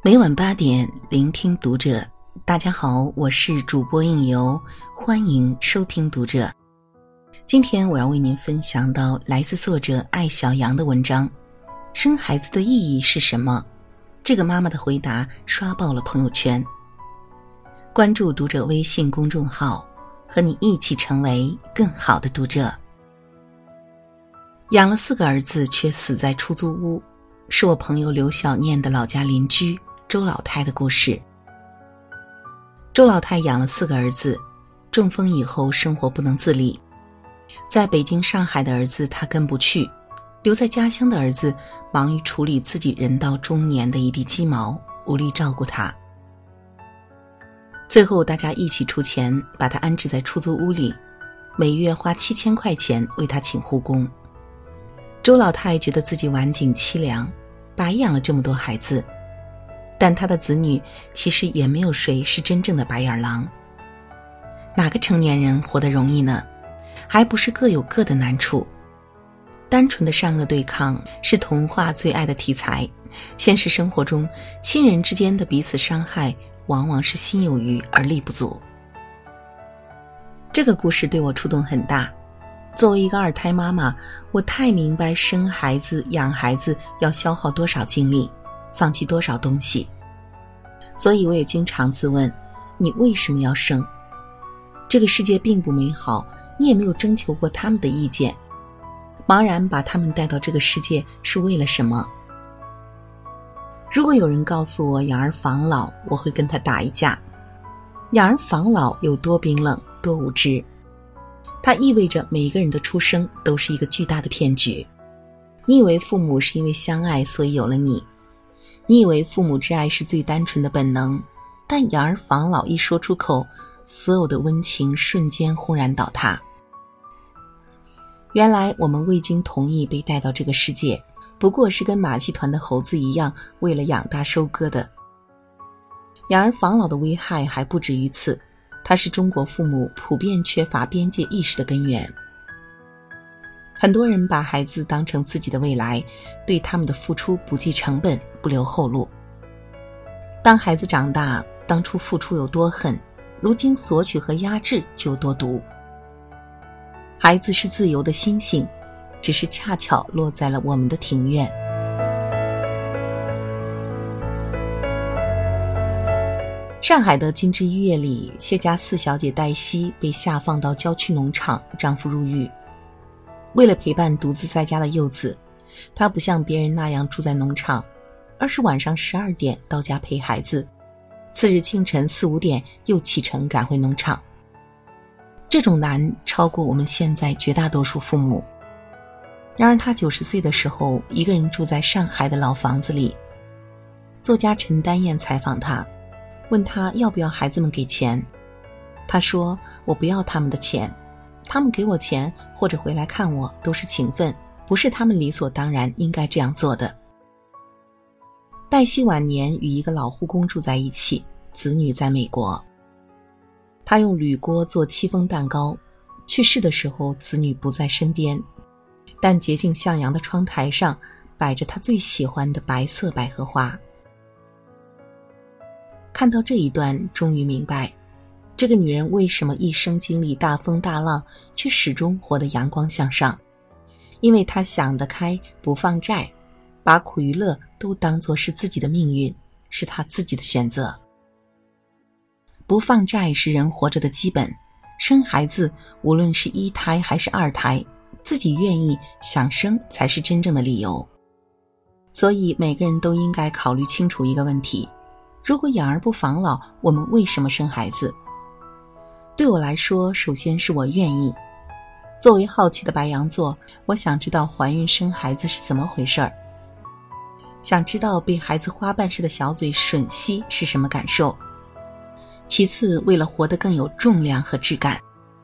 每晚8点，聆听读者。大家好，我是主播应由，欢迎收听读者。今天我要为您分享到来自作者艾小羊的文章，生孩子的意义是什么？这个妈妈的回答刷爆了朋友圈。关注读者微信公众号，和你一起成为更好的读者。养了4个儿子却死在出租屋，是我朋友刘小念的老家邻居周老太的故事。周老太养了4个儿子，中风以后生活不能自理，在北京上海的儿子他跟不去，留在家乡的儿子忙于处理自己人到中年的一地鸡毛，无力照顾他。最后大家一起出钱把他安置在出租屋里，每月花7000块钱为他请护工。周老太觉得自己晚景凄凉，白养了这么多孩子，但他的子女其实也没有谁是真正的白眼狼。哪个成年人活得容易呢？还不是各有各的难处。单纯的善恶对抗是童话最爱的题材，现实生活中亲人之间的彼此伤害往往是心有余而力不足。这个故事对我触动很大。作为一个2胎妈妈，我太明白生孩子养孩子要消耗多少精力，放弃多少东西。所以我也经常自问，你为什么要生？这个世界并不美好，你也没有征求过他们的意见，茫然把他们带到这个世界是为了什么？如果有人告诉我养儿防老，我会跟他打一架。养儿防老有多冰冷，多无知。它意味着每一个人的出生都是一个巨大的骗局。你以为父母是因为相爱所以有了你，你以为父母之爱是最单纯的本能，但养儿防老一说出口，所有的温情瞬间轰然倒塌。原来我们未经同意被带到这个世界，不过是跟马戏团的猴子一样，为了养大收割的。养儿防老的危害还不止于此，它是中国父母普遍缺乏边界意识的根源。很多人把孩子当成自己的未来，对他们的付出不计成本，不留后路。当孩子长大，当初付出有多狠，如今索取和压制就有多毒。孩子是自由的星星，只是恰巧落在了我们的庭院。上海的金枝玉叶里，谢家4小姐黛西被下放到郊区农场，丈夫入狱。为了陪伴独自在家的幼子，她不像别人那样住在农场，而是晚上12点到家陪孩子，次日清晨4、5点又启程赶回农场。这种难超过我们现在绝大多数父母。然而她90岁的时候，一个人住在上海的老房子里。作家陈丹燕采访她，问他要不要孩子们给钱。他说，我不要他们的钱，他们给我钱或者回来看我都是情分，不是他们理所当然应该这样做的。黛西晚年与一个老护工住在一起，子女在美国。他用铝锅做戚风蛋糕，去世的时候子女不在身边，但洁净向阳的窗台上摆着他最喜欢的白色百合花。看到这一段，终于明白这个女人为什么一生经历大风大浪，却始终活得阳光向上。因为她想得开，不放债，把苦与乐都当作是自己的命运，是她自己的选择。不放债是人活着的基本，生孩子无论是1胎还是2胎，自己愿意想生才是真正的理由。所以每个人都应该考虑清楚一个问题，如果养儿不防老，我们为什么生孩子？对我来说，首先是我愿意。作为好奇的白羊座，我想知道怀孕生孩子是怎么回事儿，想知道被孩子花瓣似的小嘴吮吸是什么感受。其次，为了活得更有重量和质感。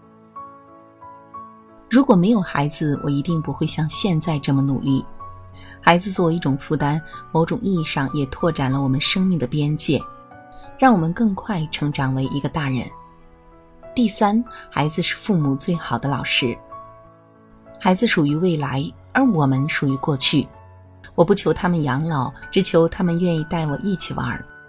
如果没有孩子，我一定不会像现在这么努力。孩子作为一种负担，某种意义上也拓展了我们生命的边界，让我们更快成长为一个大人。第三，孩子是父母最好的老师。孩子属于未来，而我们属于过去。我不求他们养老，只求他们愿意带我一起玩。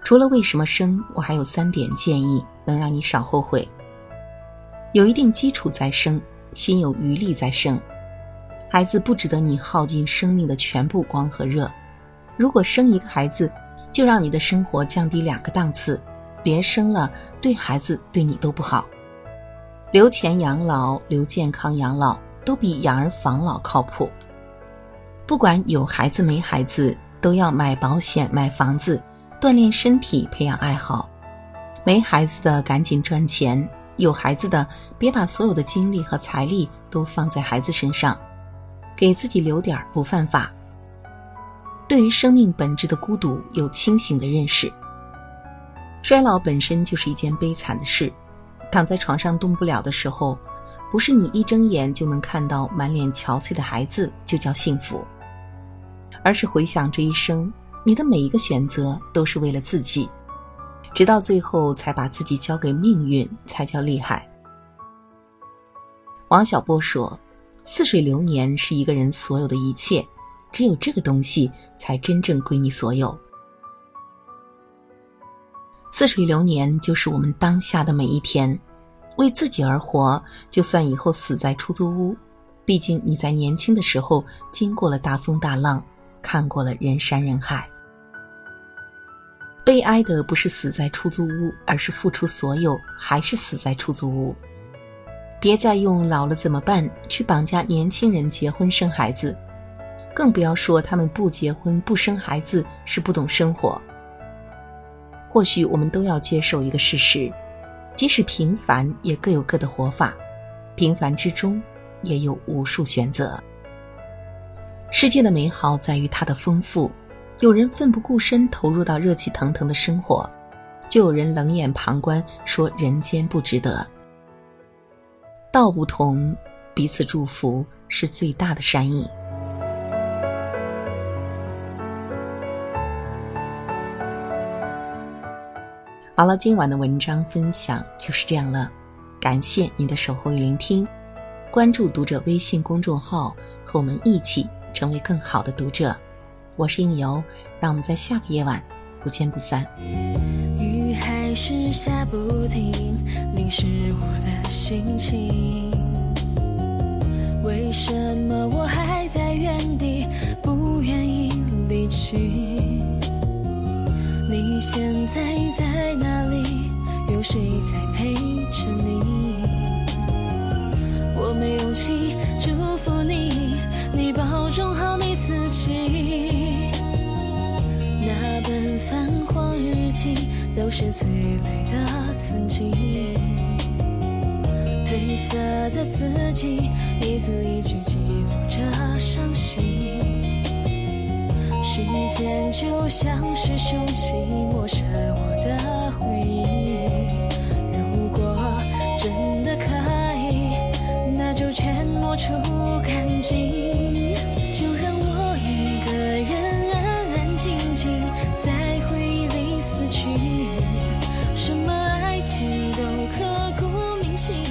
除了为什么生，我还有3点建议能让你少后悔。有一定基础再生，心有余力再生。孩子不值得你耗尽生命的全部光和热。如果生一个孩子，就让你的生活降低2个档次，别生了，对孩子对你都不好。留钱养老，留健康养老，都比养儿防老靠谱。不管有孩子没孩子，都要买保险买房子，锻炼身体培养爱好。没孩子的赶紧赚钱，有孩子的别把所有的精力和财力都放在孩子身上，给自己留点不犯法。对于生命本质的孤独有清醒的认识。衰老本身就是一件悲惨的事，躺在床上动不了的时候，不是你一睁眼就能看到满脸憔悴的孩子就叫幸福，而是回想这一生，你的每一个选择都是为了自己，直到最后才把自己交给命运，才叫厉害。王小波说，似水流年是一个人所有的一切，只有这个东西才真正归你所有。似水流年就是我们当下的每一天，为自己而活，就算以后死在出租屋，毕竟你在年轻的时候经过了大风大浪，看过了人山人海。悲哀的不是死在出租屋，而是付出所有还是死在出租屋。别再用老了怎么办去绑架年轻人结婚生孩子，更不要说他们不结婚不生孩子是不懂生活。或许我们都要接受一个事实，即使平凡也各有各的活法，平凡之中也有无数选择。世界的美好在于它的丰富，有人奋不顾身投入到热气腾腾的生活，就有人冷眼旁观说人间不值得。道不同，彼此祝福是最大的善意。好了，今晚的文章分享就是这样了，感谢你的守候与聆听。关注读者微信公众号，和我们一起成为更好的读者。我是应由，让我们在下个夜晚不见不散。 雨还是下不停，淋湿我的心情。为什么我还在原地，不愿意离去？你现在在哪里？有谁在陪着你？我没勇气祝福你，你保重好你自己。那本泛黄日记都是催泪的曾经，褪色的字迹一字一句记录着伤心。时间就像是凶器，抹杀我的回忆。如果真的可以，那就全抹除干净。就让我一个人安安静静在回忆里死去，什么爱情都刻骨铭心。